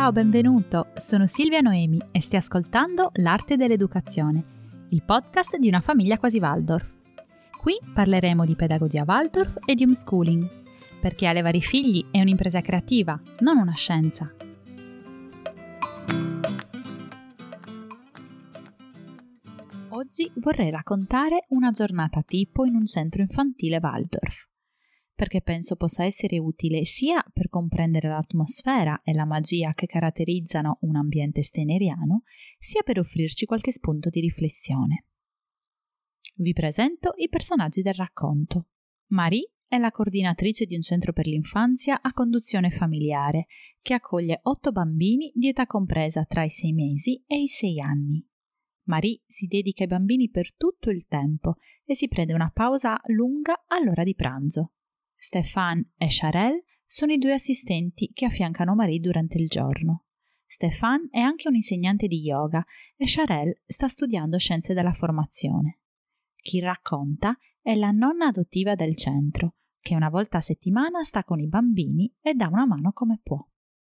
Ciao, benvenuto! Sono Silvia Noemi e stai ascoltando L'Arte dell'Educazione, il podcast di una famiglia quasi Waldorf. Qui parleremo di pedagogia Waldorf e di homeschooling, perché allevare i figli è un'impresa creativa, non una scienza. Oggi vorrei raccontare una giornata tipo in un centro infantile Waldorf, perché penso possa essere utile sia per comprendere l'atmosfera e la magia che caratterizzano un ambiente steineriano, sia per offrirci qualche spunto di riflessione. Vi presento i personaggi del racconto. Marie è la coordinatrice di un centro per l'infanzia a conduzione familiare che accoglie 8 bambini di età compresa tra i 6 mesi e i 6 anni. Marie si dedica ai bambini per tutto il tempo e si prende una pausa lunga all'ora di pranzo. Stéphane e Charelle sono i 2 assistenti che affiancano Marie durante il giorno. Stéphane è anche un insegnante di yoga e Charelle sta studiando scienze della formazione. Chi racconta è la nonna adottiva del centro, che una volta a settimana sta con i bambini e dà una mano come può.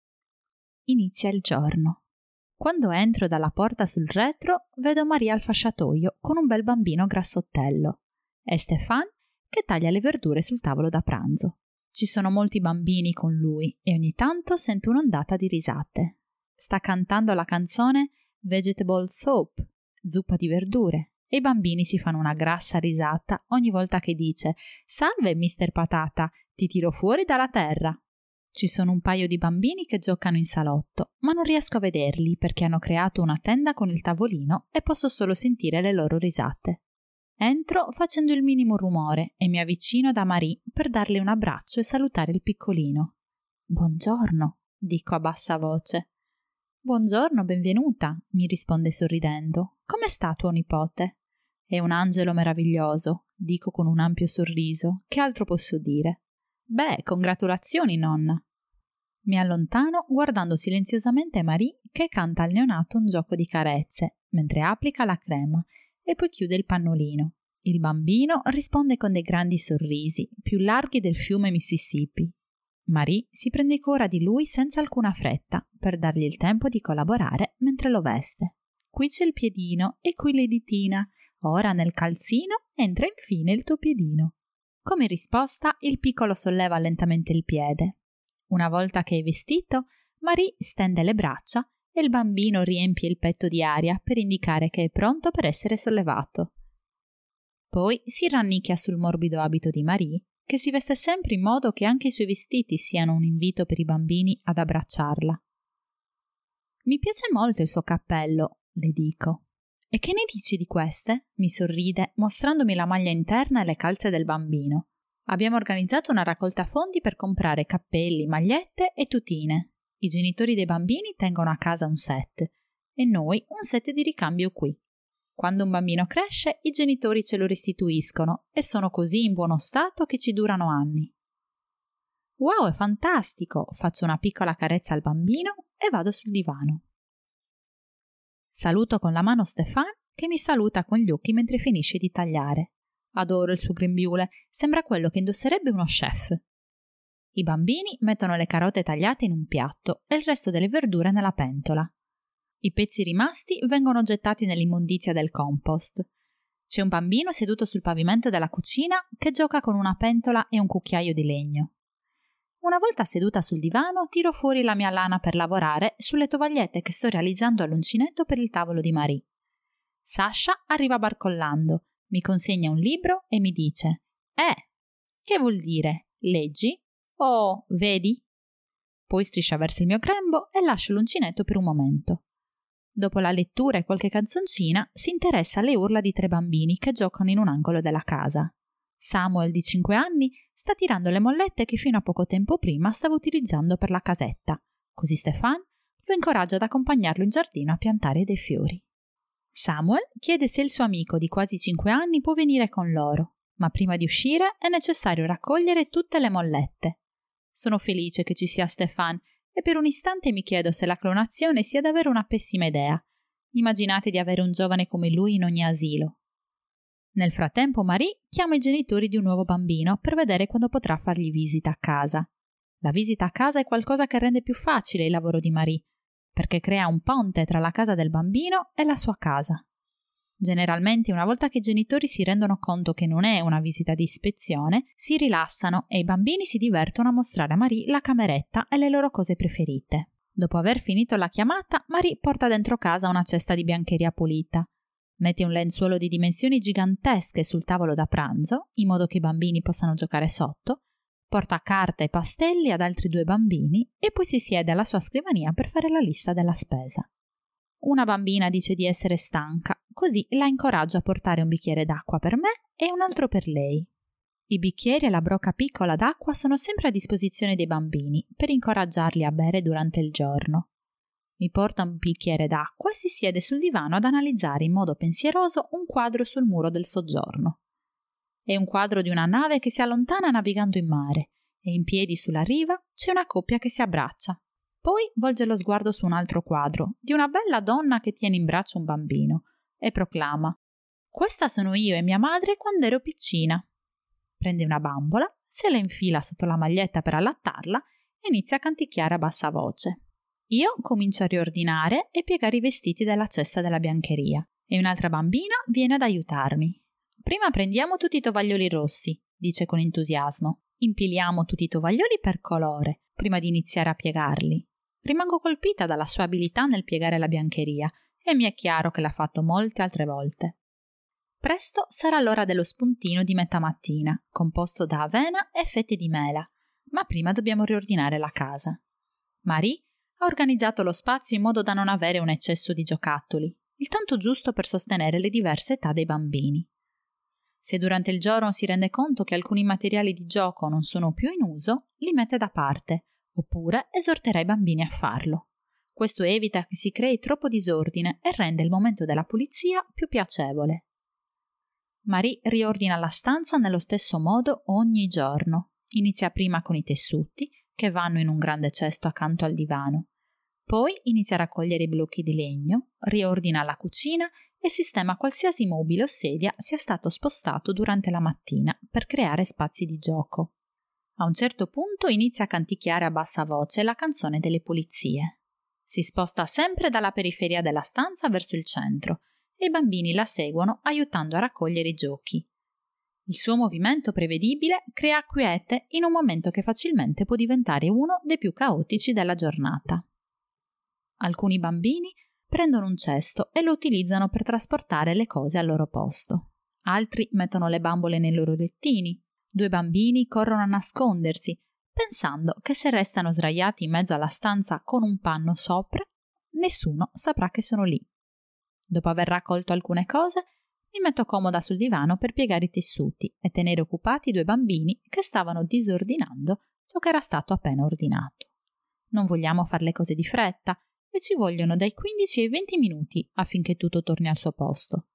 Inizia il giorno. Quando entro dalla porta sul retro, vedo Maria al fasciatoio con un bel bambino grassottello e Stéphane che taglia le verdure sul tavolo da pranzo. Ci sono molti bambini con lui e ogni tanto sento un'ondata di risate. Sta cantando la canzone Vegetable Soup, zuppa di verdure, e i bambini si fanno una grassa risata ogni volta che dice «Salve, Mister Patata, ti tiro fuori dalla terra». Ci sono un paio di bambini che giocano in salotto, ma non riesco a vederli perché hanno creato una tenda con il tavolino e posso solo sentire le loro risate. Entro facendo il minimo rumore e mi avvicino da Marie per darle un abbraccio e salutare il piccolino. «Buongiorno», dico a bassa voce. «Buongiorno, benvenuta», mi risponde sorridendo. «Come sta tuo nipote?» «È un angelo meraviglioso», dico con un ampio sorriso. Che altro posso dire? «Beh, congratulazioni, nonna». Mi allontano guardando silenziosamente Marie che canta al neonato un gioco di carezze, mentre applica la crema e poi chiude il pannolino. Il bambino risponde con dei grandi sorrisi, più larghi del fiume Mississippi. Marie si prende cura di lui senza alcuna fretta, per dargli il tempo di collaborare mentre lo veste. Qui c'è il piedino e qui le ditina. Ora nel calzino entra infine il tuo piedino. Come risposta, il piccolo solleva lentamente il piede. Una volta che è vestito, Marie stende le braccia e il bambino riempie il petto di aria per indicare che è pronto per essere sollevato. Poi si rannicchia sul morbido abito di Marie, che si veste sempre in modo che anche i suoi vestiti siano un invito per i bambini ad abbracciarla. «Mi piace molto il suo cappello», le dico. «E che ne dici di queste?» mi sorride, mostrandomi la maglia interna e le calze del bambino. «Abbiamo organizzato una raccolta fondi per comprare cappelli, magliette e tutine. I genitori dei bambini tengono a casa un set e noi un set di ricambio qui. Quando un bambino cresce, i genitori ce lo restituiscono e sono così in buono stato che ci durano anni». «Wow, è fantastico!» Faccio una piccola carezza al bambino e vado sul divano. Saluto con la mano Stéphane, che mi saluta con gli occhi mentre finisce di tagliare. Adoro il suo grembiule, sembra quello che indosserebbe uno chef. I bambini mettono le carote tagliate in un piatto e il resto delle verdure nella pentola. I pezzi rimasti vengono gettati nell'immondizia del compost. C'è un bambino seduto sul pavimento della cucina che gioca con una pentola e un cucchiaio di legno. Una volta seduta sul divano, tiro fuori la mia lana per lavorare sulle tovagliette che sto realizzando all'uncinetto per il tavolo di Marie. Sasha arriva barcollando, mi consegna un libro e mi dice «Che vuol dire? Leggi? Oh, vedi?» Poi striscia verso il mio grembo e lascio l'uncinetto per un momento. Dopo la lettura e qualche canzoncina, si interessa alle urla di 3 bambini che giocano in un angolo della casa. Samuel, di 5 anni, sta tirando le mollette che fino a poco tempo prima stavo utilizzando per la casetta, così Stéphane lo incoraggia ad accompagnarlo in giardino a piantare dei fiori. Samuel chiede se il suo amico di quasi 5 anni può venire con loro, ma prima di uscire è necessario raccogliere tutte le mollette. Sono felice che ci sia Stéphane e per un istante mi chiedo se la clonazione sia davvero una pessima idea. Immaginate di avere un giovane come lui in ogni asilo. Nel frattempo Marie chiama i genitori di un nuovo bambino per vedere quando potrà fargli visita a casa. La visita a casa è qualcosa che rende più facile il lavoro di Marie, perché crea un ponte tra la casa del bambino e la sua casa. Generalmente, una volta che i genitori si rendono conto che non è una visita di ispezione, si rilassano e i bambini si divertono a mostrare a Marie la cameretta e le loro cose preferite. Dopo aver finito la chiamata, Marie porta dentro casa una cesta di biancheria pulita. Mette un lenzuolo di dimensioni gigantesche sul tavolo da pranzo, in modo che i bambini possano giocare sotto, porta carta e pastelli ad altri 2 bambini e poi si siede alla sua scrivania per fare la lista della spesa. Una bambina dice di essere stanca, così la incoraggio a portare un bicchiere d'acqua per me e un altro per lei. I bicchieri e la brocca piccola d'acqua sono sempre a disposizione dei bambini per incoraggiarli a bere durante il giorno. Mi porta un bicchiere d'acqua e si siede sul divano ad analizzare in modo pensieroso un quadro sul muro del soggiorno. È un quadro di una nave che si allontana navigando in mare e in piedi sulla riva c'è una coppia che si abbraccia. Poi volge lo sguardo su un altro quadro di una bella donna che tiene in braccio un bambino e proclama: «Questa sono io e mia madre quando ero piccina». Prende una bambola, se la infila sotto la maglietta per allattarla e inizia a canticchiare a bassa voce. Io comincio a riordinare e piegare i vestiti della cesta della biancheria e un'altra bambina viene ad aiutarmi. «Prima prendiamo tutti i tovaglioli rossi», dice con entusiasmo. «Impiliamo tutti i tovaglioli per colore, prima di iniziare a piegarli». Rimango colpita dalla sua abilità nel piegare la biancheria e mi è chiaro che l'ha fatto molte altre volte. Presto sarà l'ora dello spuntino di metà mattina, composto da avena e fette di mela, ma prima dobbiamo riordinare la casa. Marie ha organizzato lo spazio in modo da non avere un eccesso di giocattoli, il tanto giusto per sostenere le diverse età dei bambini. Se durante il giorno si rende conto che alcuni materiali di gioco non sono più in uso, li mette da parte, oppure esorterà i bambini a farlo. Questo evita che si crei troppo disordine e rende il momento della pulizia più piacevole. Marie riordina la stanza nello stesso modo ogni giorno. Inizia prima con i tessuti, che vanno in un grande cesto accanto al divano. Poi inizia a raccogliere i blocchi di legno, riordina la cucina e sistema qualsiasi mobile o sedia sia stato spostato durante la mattina per creare spazi di gioco. A un certo punto inizia a canticchiare a bassa voce la canzone delle pulizie. Si sposta sempre dalla periferia della stanza verso il centro e i bambini la seguono aiutando a raccogliere i giochi. Il suo movimento prevedibile crea quiete in un momento che facilmente può diventare uno dei più caotici della giornata. Alcuni bambini prendono un cesto e lo utilizzano per trasportare le cose al loro posto. Altri mettono le bambole nei loro lettini. 2 bambini corrono a nascondersi, pensando che se restano sdraiati in mezzo alla stanza con un panno sopra, nessuno saprà che sono lì. Dopo aver raccolto alcune cose, mi metto comoda sul divano per piegare i tessuti e tenere occupati i 2 bambini che stavano disordinando ciò che era stato appena ordinato. Non vogliamo fare le cose di fretta e ci vogliono dai 15 ai 20 minuti affinché tutto torni al suo posto.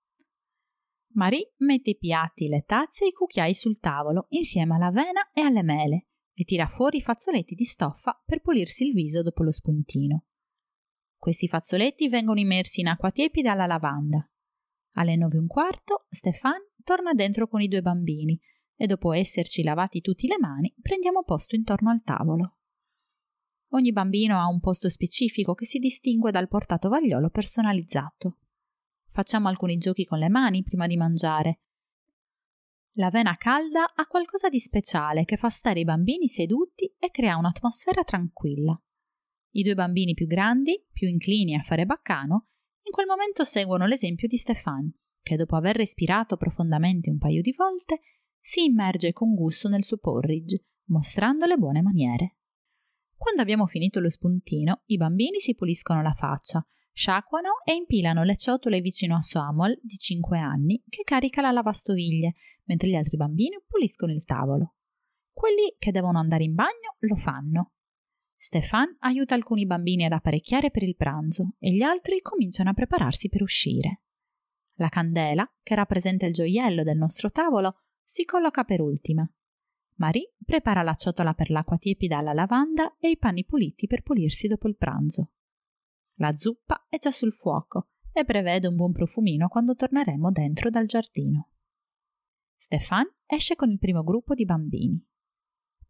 Marie mette i piatti, le tazze e i cucchiai sul tavolo insieme all'avena e alle mele e tira fuori i fazzoletti di stoffa per pulirsi il viso dopo lo spuntino. Questi fazzoletti vengono immersi in acqua tiepida alla lavanda. Alle 9:15 Stéphane torna dentro con i 2 bambini e dopo esserci lavati tutti le mani prendiamo posto intorno al tavolo. Ogni bambino ha un posto specifico che si distingue dal portatovagliolo personalizzato. Facciamo alcuni giochi con le mani prima di mangiare. L'avena calda ha qualcosa di speciale che fa stare i bambini seduti e crea un'atmosfera tranquilla. I 2 bambini più grandi, più inclini a fare baccano, in quel momento seguono l'esempio di Stéphane, che dopo aver respirato profondamente un paio di volte, si immerge con gusto nel suo porridge, mostrando le buone maniere. Quando abbiamo finito lo spuntino, i bambini si puliscono la faccia, sciacquano e impilano le ciotole vicino a Samuel, di 5 anni, che carica la lavastoviglie, mentre gli altri bambini puliscono il tavolo. Quelli che devono andare in bagno lo fanno. Stéphane aiuta alcuni bambini ad apparecchiare per il pranzo e gli altri cominciano a prepararsi per uscire. La candela, che rappresenta il gioiello del nostro tavolo, si colloca per ultima. Marie prepara la ciotola per l'acqua tiepida alla lavanda e i panni puliti per pulirsi dopo il pranzo. La zuppa è già sul fuoco e prevede un buon profumino quando torneremo dentro dal giardino. Stéphane esce con il primo gruppo di bambini.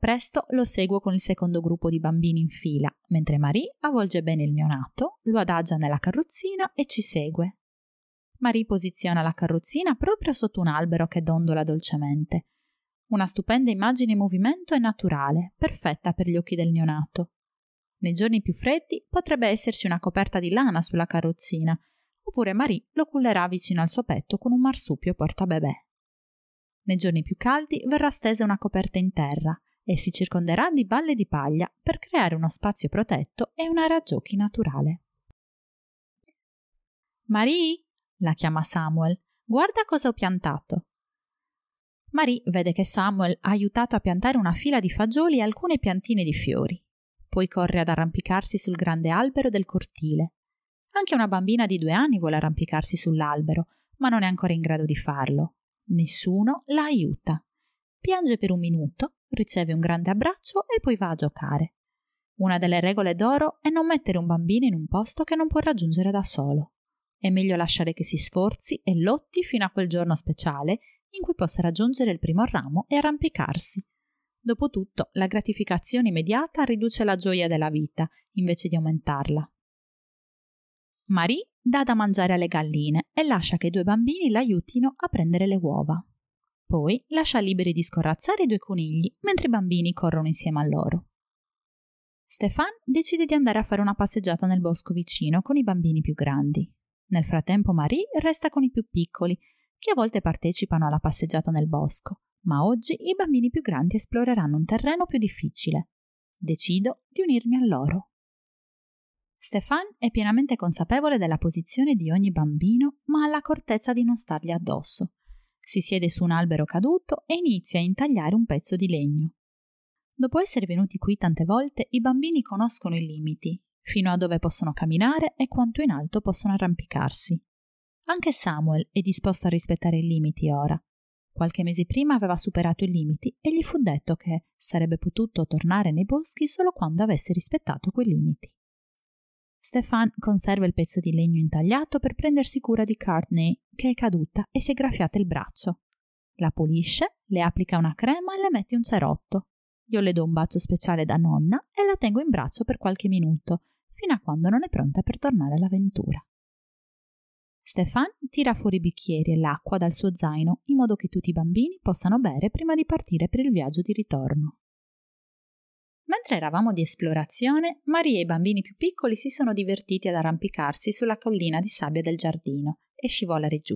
Presto lo seguo con il secondo gruppo di bambini in fila, mentre Marie avvolge bene il neonato, lo adagia nella carrozzina e ci segue. Marie posiziona la carrozzina proprio sotto un albero che dondola dolcemente. Una stupenda immagine in movimento e naturale, perfetta per gli occhi del neonato. Nei giorni più freddi potrebbe esserci una coperta di lana sulla carrozzina, oppure Marie lo cullerà vicino al suo petto con un marsupio portabebè. Nei giorni più caldi verrà stesa una coperta in terra e si circonderà di balle di paglia per creare uno spazio protetto e un'area giochi naturale. Marie, la chiama Samuel, guarda cosa ho piantato. Marie vede che Samuel ha aiutato a piantare una fila di fagioli e alcune piantine di fiori. Poi corre ad arrampicarsi sul grande albero del cortile. Anche una bambina di 2 anni vuole arrampicarsi sull'albero, ma non è ancora in grado di farlo. Nessuno la aiuta. Piange per un minuto, riceve un grande abbraccio e poi va a giocare. Una delle regole d'oro è non mettere un bambino in un posto che non può raggiungere da solo. È meglio lasciare che si sforzi e lotti fino a quel giorno speciale in cui possa raggiungere il primo ramo e arrampicarsi. Dopotutto, la gratificazione immediata riduce la gioia della vita, invece di aumentarla. Marie dà da mangiare alle galline e lascia che i 2 bambini l'aiutino a prendere le uova. Poi lascia liberi di scorrazzare i 2 conigli, mentre i bambini corrono insieme a loro. Stéphane decide di andare a fare una passeggiata nel bosco vicino con i bambini più grandi. Nel frattempo Marie resta con i più piccoli, che a volte partecipano alla passeggiata nel bosco, ma oggi i bambini più grandi esploreranno un terreno più difficile. Decido di unirmi a loro. Stéphane è pienamente consapevole della posizione di ogni bambino, ma ha l'accortezza di non stargli addosso. Si siede su un albero caduto e inizia a intagliare un pezzo di legno. Dopo essere venuti qui tante volte, i bambini conoscono i limiti, fino a dove possono camminare e quanto in alto possono arrampicarsi. Anche Samuel è disposto a rispettare i limiti ora. Qualche mese prima aveva superato i limiti e gli fu detto che sarebbe potuto tornare nei boschi solo quando avesse rispettato quei limiti. Stéphane conserva il pezzo di legno intagliato per prendersi cura di Courtney, che è caduta e si è graffiata il braccio. La pulisce, le applica una crema e le mette un cerotto. Io le do un bacio speciale da nonna e la tengo in braccio per qualche minuto, fino a quando non è pronta per tornare all'avventura. Stéphane tira fuori i bicchieri e l'acqua dal suo zaino in modo che tutti i bambini possano bere prima di partire per il viaggio di ritorno. Mentre eravamo di esplorazione, Marie e i bambini più piccoli si sono divertiti ad arrampicarsi sulla collina di sabbia del giardino e scivolare giù.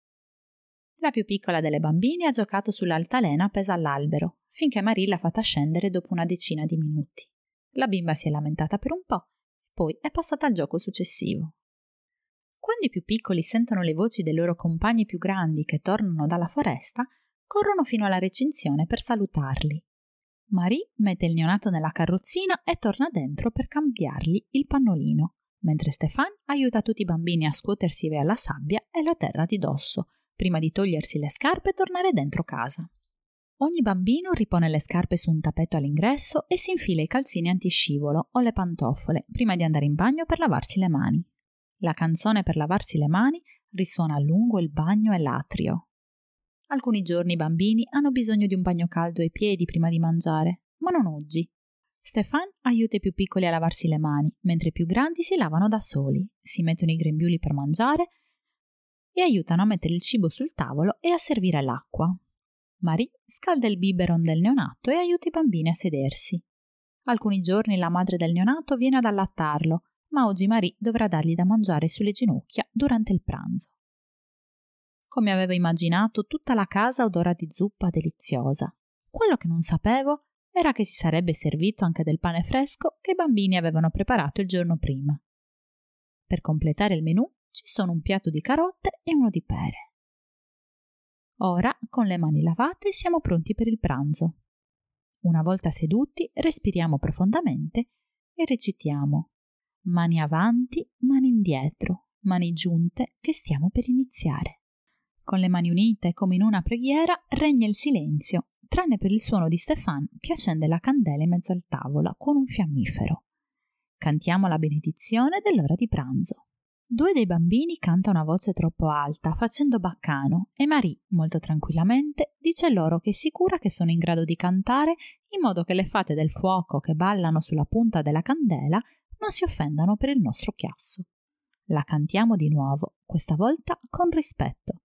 La più piccola delle bambine ha giocato sull'altalena appesa all'albero, finché Marie l'ha fatta scendere dopo una decina di minuti. La bimba si è lamentata per un po' e poi è passata al gioco successivo. Quando i più piccoli sentono le voci dei loro compagni più grandi che tornano dalla foresta, corrono fino alla recinzione per salutarli. Marie mette il neonato nella carrozzina e torna dentro per cambiargli il pannolino, mentre Stéphane aiuta tutti i bambini a scuotersi via la sabbia e la terra di dosso, prima di togliersi le scarpe e tornare dentro casa. Ogni bambino ripone le scarpe su un tappeto all'ingresso e si infila i calzini antiscivolo o le pantofole prima di andare in bagno per lavarsi le mani. La canzone per lavarsi le mani risuona lungo il bagno e l'atrio. Alcuni giorni i bambini hanno bisogno di un bagno caldo ai piedi prima di mangiare, ma non oggi. Stéphane aiuta i più piccoli a lavarsi le mani, mentre i più grandi si lavano da soli, si mettono i grembiuli per mangiare e aiutano a mettere il cibo sul tavolo e a servire l'acqua. Marie scalda il biberon del neonato e aiuta i bambini a sedersi. Alcuni giorni la madre del neonato viene ad allattarlo, ma oggi Marie dovrà dargli da mangiare sulle ginocchia durante il pranzo. Come avevo immaginato, tutta la casa odora di zuppa deliziosa. Quello che non sapevo era che si sarebbe servito anche del pane fresco che i bambini avevano preparato il giorno prima. Per completare il menù ci sono un piatto di carote e uno di pere. Ora, con le mani lavate, siamo pronti per il pranzo. Una volta seduti, respiriamo profondamente e recitiamo: mani avanti, mani indietro, mani giunte che stiamo per iniziare. Con le mani unite come in una preghiera regna il silenzio, tranne per il suono di Stéphane che accende la candela in mezzo al tavolo con un fiammifero. Cantiamo la benedizione dell'ora di pranzo. 2 dei bambini cantano a voce troppo alta, facendo baccano, e Marie, molto tranquillamente, dice loro che è sicura che sono in grado di cantare in modo che le fate del fuoco che ballano sulla punta della candela non si offendano per il nostro chiasso. La cantiamo di nuovo, questa volta con rispetto.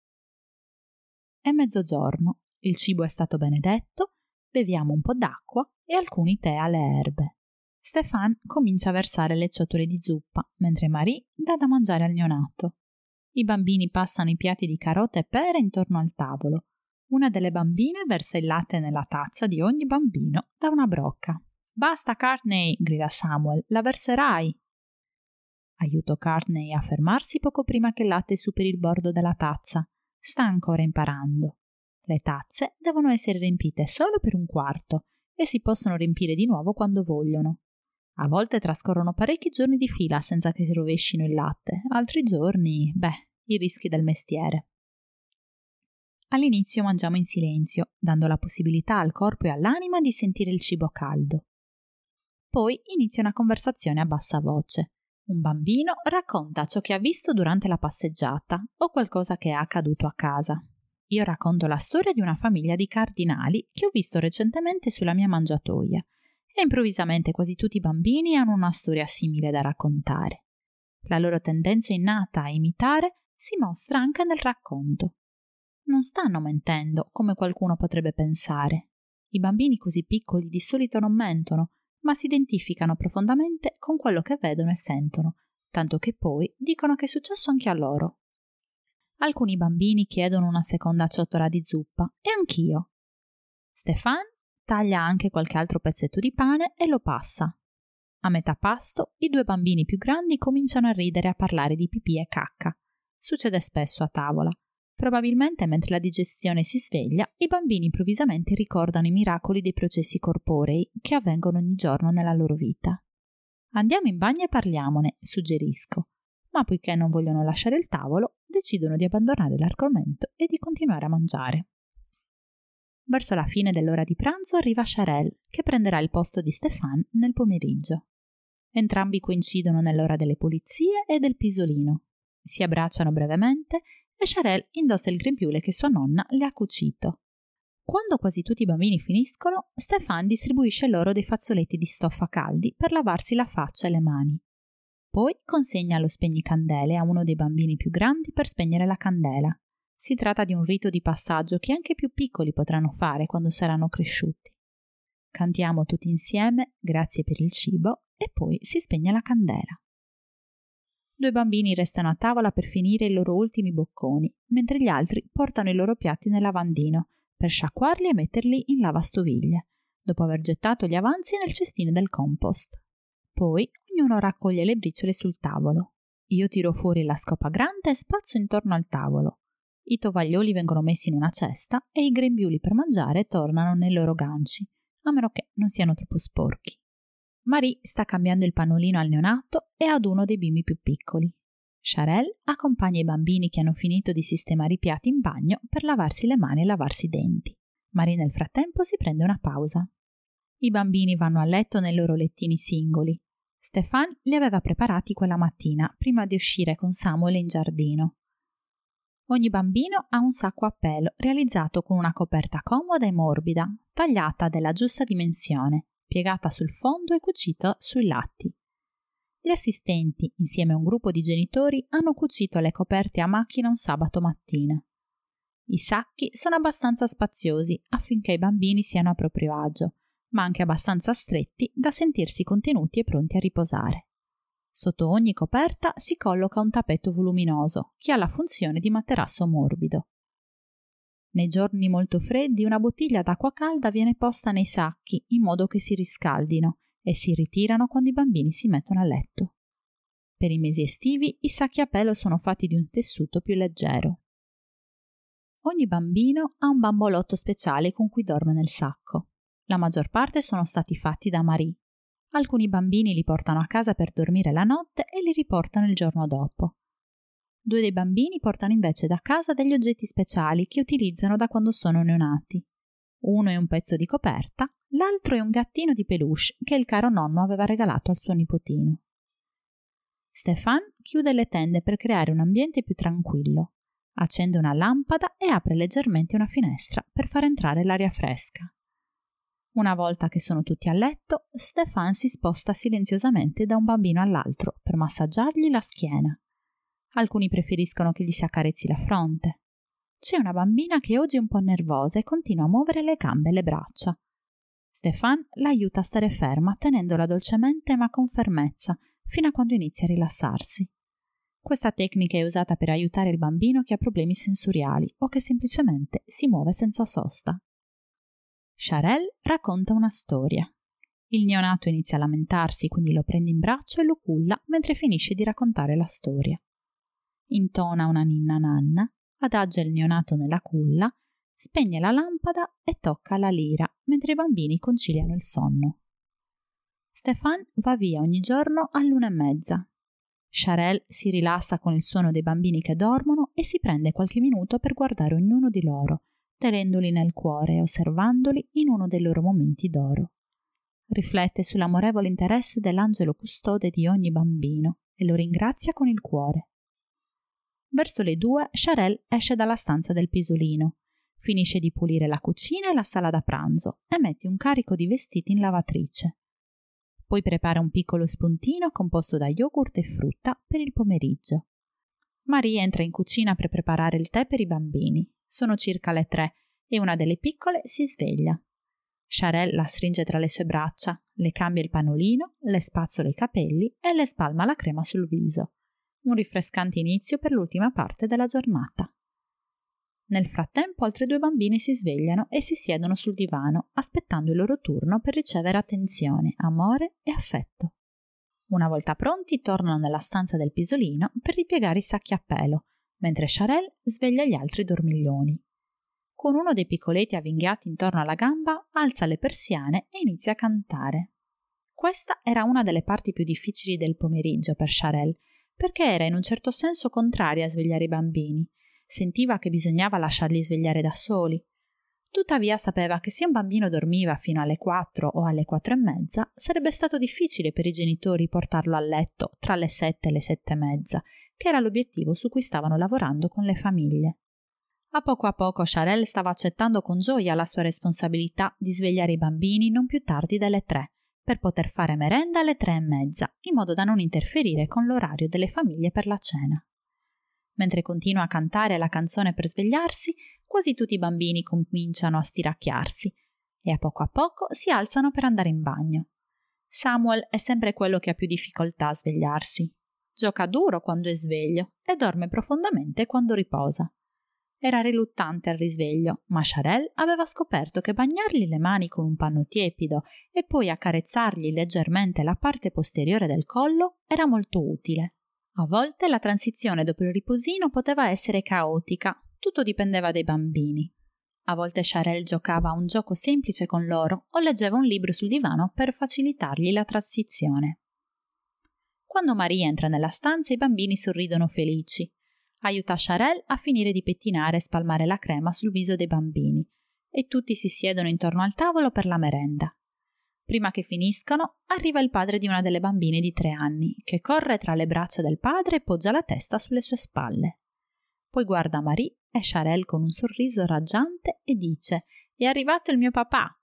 È mezzogiorno, il cibo è stato benedetto, beviamo un po' d'acqua e alcuni tè alle erbe. Stéphane comincia a versare le ciotole di zuppa, mentre Marie dà da mangiare al neonato. I bambini passano i piatti di carote e pere intorno al tavolo. Una delle bambine versa il latte nella tazza di ogni bambino da una brocca. «Basta, Courtney!» grida Samuel. «La verserai!» Aiuto Courtney a fermarsi poco prima che il latte superi il bordo della tazza. Sta ancora imparando. Le tazze devono essere riempite solo per un quarto e si possono riempire di nuovo quando vogliono. A volte trascorrono parecchi giorni di fila senza che rovescino il latte, altri giorni, i rischi del mestiere. All'inizio mangiamo in silenzio, dando la possibilità al corpo e all'anima di sentire il cibo caldo. Poi inizia una conversazione a bassa voce. Un bambino racconta ciò che ha visto durante la passeggiata o qualcosa che è accaduto a casa. Io racconto la storia di una famiglia di cardinali che ho visto recentemente sulla mia mangiatoia e improvvisamente quasi tutti i bambini hanno una storia simile da raccontare. La loro tendenza innata a imitare si mostra anche nel racconto. Non stanno mentendo, come qualcuno potrebbe pensare. I bambini così piccoli di solito non mentono, ma si identificano profondamente con quello che vedono e sentono, tanto che poi dicono che è successo anche a loro. Alcuni bambini chiedono una seconda ciotola di zuppa, e anch'io. Stéphane taglia anche qualche altro pezzetto di pane e lo passa. A metà pasto, i due bambini più grandi cominciano a ridere e a parlare di pipì e cacca. Succede spesso a tavola. Probabilmente mentre la digestione si sveglia, i bambini improvvisamente ricordano i miracoli dei processi corporei che avvengono ogni giorno nella loro vita. Andiamo in bagno e parliamone, suggerisco, ma poiché non vogliono lasciare il tavolo, decidono di abbandonare l'argomento e di continuare a mangiare. Verso la fine dell'ora di pranzo arriva Charelle, che prenderà il posto di Stéphane nel pomeriggio. Entrambi coincidono nell'ora delle pulizie e del pisolino. Si abbracciano brevemente e Charelle indossa il grembiule che sua nonna le ha cucito. Quando quasi tutti i bambini finiscono, Stéphane distribuisce loro dei fazzoletti di stoffa caldi per lavarsi la faccia e le mani. Poi consegna lo spegnicandele a uno dei bambini più grandi per spegnere la candela. Si tratta di un rito di passaggio che anche i più piccoli potranno fare quando saranno cresciuti. Cantiamo tutti insieme, grazie per il cibo, e poi si spegne la candela. Due bambini restano a tavola per finire i loro ultimi bocconi, mentre gli altri portano i loro piatti nel lavandino per sciacquarli e metterli in lavastoviglie, dopo aver gettato gli avanzi nel cestino del compost. Poi ognuno raccoglie le briciole sul tavolo. Io tiro fuori la scopa grande e spazzo intorno al tavolo. I tovaglioli vengono messi in una cesta e i grembiuli per mangiare tornano nei loro ganci, a meno che non siano troppo sporchi. Marie sta cambiando il pannolino al neonato e ad uno dei bimbi più piccoli. Charelle accompagna i bambini che hanno finito di sistemare i piatti in bagno per lavarsi le mani e lavarsi i denti. Marie nel frattempo si prende una pausa. I bambini vanno a letto nei loro lettini singoli. Stéphane li aveva preparati quella mattina prima di uscire con Samuel in giardino. Ogni bambino ha un sacco a pelo realizzato con una coperta comoda e morbida, tagliata della giusta dimensione, piegata sul fondo e cucita sui lati. Gli assistenti, insieme a un gruppo di genitori, hanno cucito le coperte a macchina un sabato mattina. I sacchi sono abbastanza spaziosi affinché i bambini siano a proprio agio, ma anche abbastanza stretti da sentirsi contenuti e pronti a riposare. Sotto ogni coperta si colloca un tappeto voluminoso che ha la funzione di materasso morbido. Nei giorni molto freddi una bottiglia d'acqua calda viene posta nei sacchi in modo che si riscaldino e si ritirano quando i bambini si mettono a letto. Per i mesi estivi i sacchi a pelo sono fatti di un tessuto più leggero. Ogni bambino ha un bambolotto speciale con cui dorme nel sacco. La maggior parte sono stati fatti da Marie. Alcuni bambini li portano a casa per dormire la notte e li riportano il giorno dopo. 2 dei bambini portano invece da casa degli oggetti speciali che utilizzano da quando sono neonati. Uno è un pezzo di coperta, l'altro è un gattino di peluche che il caro nonno aveva regalato al suo nipotino. Stéphane chiude le tende per creare un ambiente più tranquillo. Accende una lampada e apre leggermente una finestra per far entrare l'aria fresca. Una volta che sono tutti a letto, Stefan si sposta silenziosamente da un bambino all'altro per massaggiargli la schiena. Alcuni preferiscono che gli si accarezzi la fronte. C'è una bambina che oggi è un po' nervosa e continua a muovere le gambe e le braccia. Stefan l'aiuta a stare ferma, tenendola dolcemente ma con fermezza, fino a quando inizia a rilassarsi. Questa tecnica è usata per aiutare il bambino che ha problemi sensoriali o che semplicemente si muove senza sosta. Sharelle racconta una storia. Il neonato inizia a lamentarsi, quindi lo prende in braccio e lo culla mentre finisce di raccontare la storia. Intona una ninna nanna, adagia il neonato nella culla, spegne la lampada e tocca la lira mentre i bambini conciliano il sonno. Stefan va via ogni giorno all'1:30. Sharelle si rilassa con il suono dei bambini che dormono e si prende qualche minuto per guardare ognuno di loro, tenendoli nel cuore e osservandoli in uno dei loro momenti d'oro. Riflette sull'amorevole interesse dell'angelo custode di ogni bambino e lo ringrazia con il cuore. Verso le 2 Sharelle esce dalla stanza del pisolino, finisce di pulire la cucina e la sala da pranzo e mette un carico di vestiti in lavatrice. Poi prepara un piccolo spuntino composto da yogurt e frutta per il pomeriggio. Marie entra in cucina per preparare il tè per i bambini. Sono circa le 3 e una delle piccole si sveglia. Sharelle la stringe tra le sue braccia, le cambia il pannolino, le spazzola i capelli e le spalma la crema sul viso. Un rinfrescante inizio per l'ultima parte della giornata. Nel frattempo altre 2 bambine si svegliano e si siedono sul divano, aspettando il loro turno per ricevere attenzione, amore e affetto. Una volta pronti, tornano nella stanza del pisolino per ripiegare i sacchi a pelo, mentre Sharelle sveglia gli altri dormiglioni. Con uno dei piccoletti avvinghiati intorno alla gamba, alza le persiane e inizia a cantare. Questa era una delle parti più difficili del pomeriggio per Sharelle, perché era in un certo senso contraria a svegliare i bambini. Sentiva che bisognava lasciarli svegliare da soli. Tuttavia sapeva che se un bambino dormiva fino alle 4 o alle 4:30, sarebbe stato difficile per i genitori portarlo a letto tra le 7 e le 7:30, che era l'obiettivo su cui stavano lavorando con le famiglie. A poco Sharelle stava accettando con gioia la sua responsabilità di svegliare i bambini non più tardi delle 3, per poter fare merenda alle 3:30, in modo da non interferire con l'orario delle famiglie per la cena. Mentre continua a cantare la canzone per svegliarsi, quasi tutti i bambini cominciano a stiracchiarsi e a poco si alzano per andare in bagno. Samuel è sempre quello che ha più difficoltà a svegliarsi. Gioca duro quando è sveglio e dorme profondamente quando riposa. Era riluttante al risveglio, ma Sharelle aveva scoperto che bagnargli le mani con un panno tiepido e poi accarezzargli leggermente la parte posteriore del collo era molto utile. A volte la transizione dopo il riposino poteva essere caotica, tutto dipendeva dai bambini. A volte Sharelle giocava a un gioco semplice con loro o leggeva un libro sul divano per facilitargli la transizione. Quando Marie entra nella stanza i bambini sorridono felici. Aiuta Sharelle a finire di pettinare e spalmare la crema sul viso dei bambini e tutti si siedono intorno al tavolo per la merenda. Prima che finiscano, arriva il padre di una delle bambine di 3 anni, che corre tra le braccia del padre e poggia la testa sulle sue spalle. Poi guarda Marie e Sharelle con un sorriso raggiante e dice: «È arrivato il mio papà!»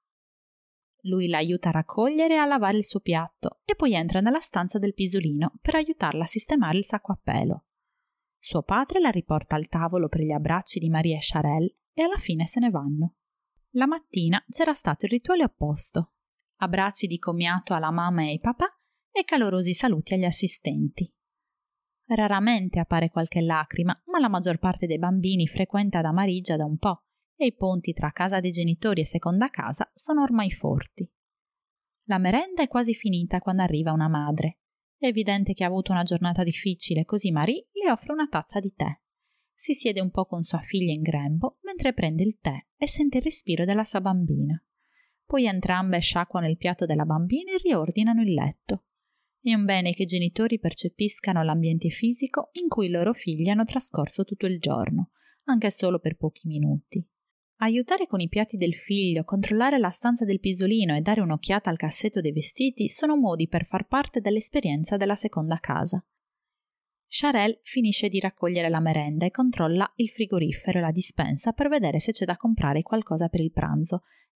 Lui l'aiuta a raccogliere e a lavare il suo piatto e poi entra nella stanza del pisolino per aiutarla a sistemare il sacco a pelo. Suo padre la riporta al tavolo per gli abbracci di Marie e Sharelle e alla fine se ne vanno. La mattina c'era stato il rituale opposto. Abbracci di commiato alla mamma e ai papà e calorosi saluti agli assistenti. Raramente appare qualche lacrima, ma la maggior parte dei bambini frequenta Damarigia da un po' e i ponti tra casa dei genitori e seconda casa sono ormai forti. La merenda è quasi finita quando arriva una madre. È evidente che ha avuto una giornata difficile, così Marie le offre una tazza di tè. Si siede un po' con sua figlia in grembo mentre prende il tè e sente il respiro della sua bambina. Poi entrambe sciacquano il piatto della bambina e riordinano il letto. È un bene che i genitori percepiscano l'ambiente fisico in cui i loro figli hanno trascorso tutto il giorno, anche solo per pochi minuti. Aiutare con i piatti del figlio, controllare la stanza del pisolino e dare un'occhiata al cassetto dei vestiti sono modi per far parte dell'esperienza della seconda casa. Sharelle finisce di raccogliere la merenda e controlla il frigorifero e la dispensa per vedere se c'è da comprare qualcosa per il pranzo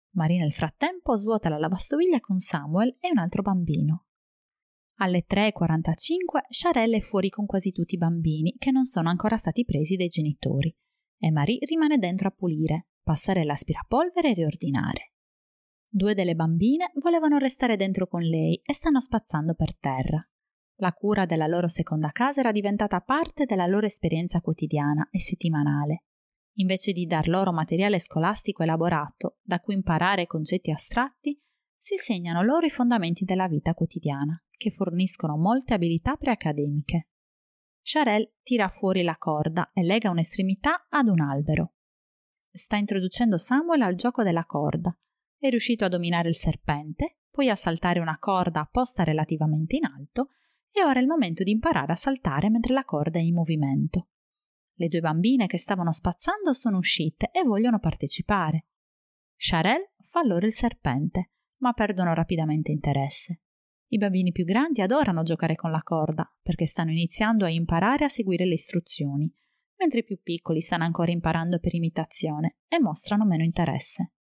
Marie nel frattempo svuota la lavastoviglie con Samuel e un altro bambino. Alle 3:45 Sharelle è fuori con quasi tutti i bambini che non sono ancora stati presi dai genitori e Marie rimane dentro a pulire, passare l'aspirapolvere e riordinare. 2 delle bambine volevano restare dentro con lei e stanno spazzando per terra. La cura della loro seconda casa era diventata parte della loro esperienza quotidiana e settimanale. Invece di dar loro materiale scolastico elaborato da cui imparare concetti astratti, si insegnano loro i fondamenti della vita quotidiana, che forniscono molte abilità preaccademiche. Sharelle tira fuori la corda e lega un'estremità ad un albero. Sta introducendo Samuel al gioco della corda. È riuscito a dominare il serpente, poi a saltare una corda posta relativamente in alto e ora è il momento di imparare a saltare mentre la corda è in movimento. Le 2 bambine che stavano spazzando sono uscite e vogliono partecipare. Sharelle fa loro il serpente, ma perdono rapidamente interesse. I bambini più grandi adorano giocare con la corda perché stanno iniziando a imparare a seguire le istruzioni, mentre i più piccoli stanno ancora imparando per imitazione e mostrano meno interesse.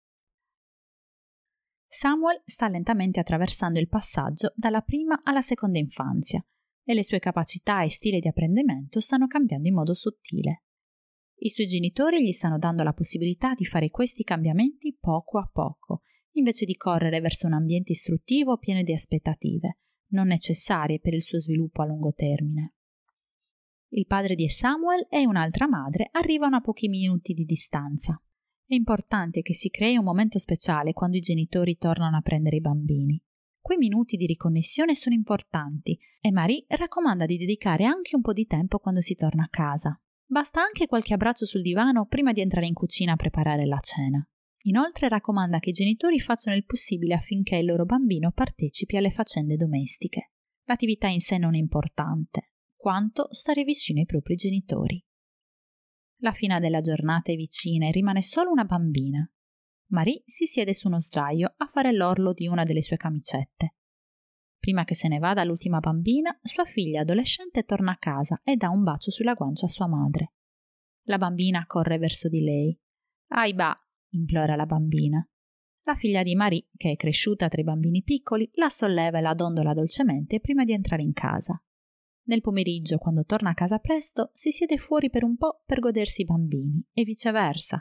Samuel sta lentamente attraversando il passaggio dalla prima alla seconda infanzia e le sue capacità e stile di apprendimento stanno cambiando in modo sottile. I suoi genitori gli stanno dando la possibilità di fare questi cambiamenti poco a poco, invece di correre verso un ambiente istruttivo pieno di aspettative, non necessarie per il suo sviluppo a lungo termine. Il padre di Samuel e un'altra madre arrivano a pochi minuti di distanza. È importante che si crei un momento speciale quando i genitori tornano a prendere i bambini. Quei minuti di riconnessione sono importanti e Marie raccomanda di dedicare anche un po' di tempo quando si torna a casa. Basta anche qualche abbraccio sul divano prima di entrare in cucina a preparare la cena. Inoltre raccomanda che i genitori facciano il possibile affinché il loro bambino partecipi alle faccende domestiche. L'attività in sé non è importante, quanto stare vicino ai propri genitori. La fine della giornata è vicina e rimane solo una bambina. Marie si siede su uno sdraio a fare l'orlo di una delle sue camicette. Prima che se ne vada l'ultima bambina, sua figlia adolescente torna a casa e dà un bacio sulla guancia a sua madre. La bambina corre verso di lei. «Aiba!» implora la bambina. La figlia di Marie, che è cresciuta tra i bambini piccoli, la solleva e la dondola dolcemente prima di entrare in casa. Nel pomeriggio, quando torna a casa presto, si siede fuori per un po' per godersi i bambini e viceversa.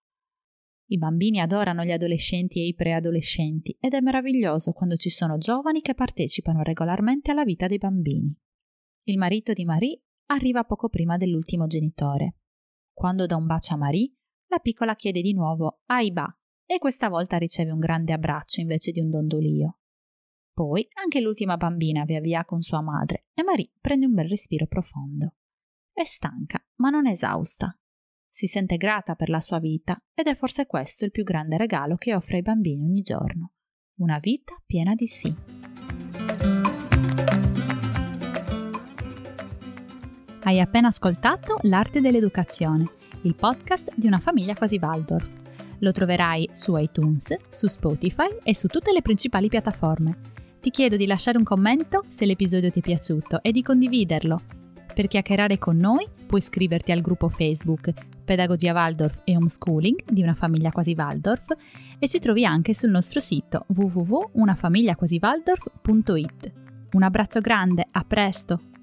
I bambini adorano gli adolescenti e i preadolescenti ed è meraviglioso quando ci sono giovani che partecipano regolarmente alla vita dei bambini. Il marito di Marie arriva poco prima dell'ultimo genitore. Quando dà un bacio a Marie, la piccola chiede di nuovo «Aiba!» e questa volta riceve un grande abbraccio invece di un dondolio. Poi anche l'ultima bambina via via con sua madre e Marie prende un bel respiro profondo. È stanca, ma non esausta. Si sente grata per la sua vita ed è forse questo il più grande regalo che offre ai bambini ogni giorno. Una vita piena di sì. Hai appena ascoltato L'arte dell'educazione, il podcast di una famiglia quasi Waldorf. Lo troverai su iTunes, su Spotify e su tutte le principali piattaforme. Ti chiedo di lasciare un commento se l'episodio ti è piaciuto e di condividerlo. Per chiacchierare con noi puoi iscriverti al gruppo Facebook Pedagogia Waldorf e Homeschooling di una famiglia quasi Waldorf e ci trovi anche sul nostro sito www.unafamigliaquasiwaldorf.it. Un abbraccio grande, a presto!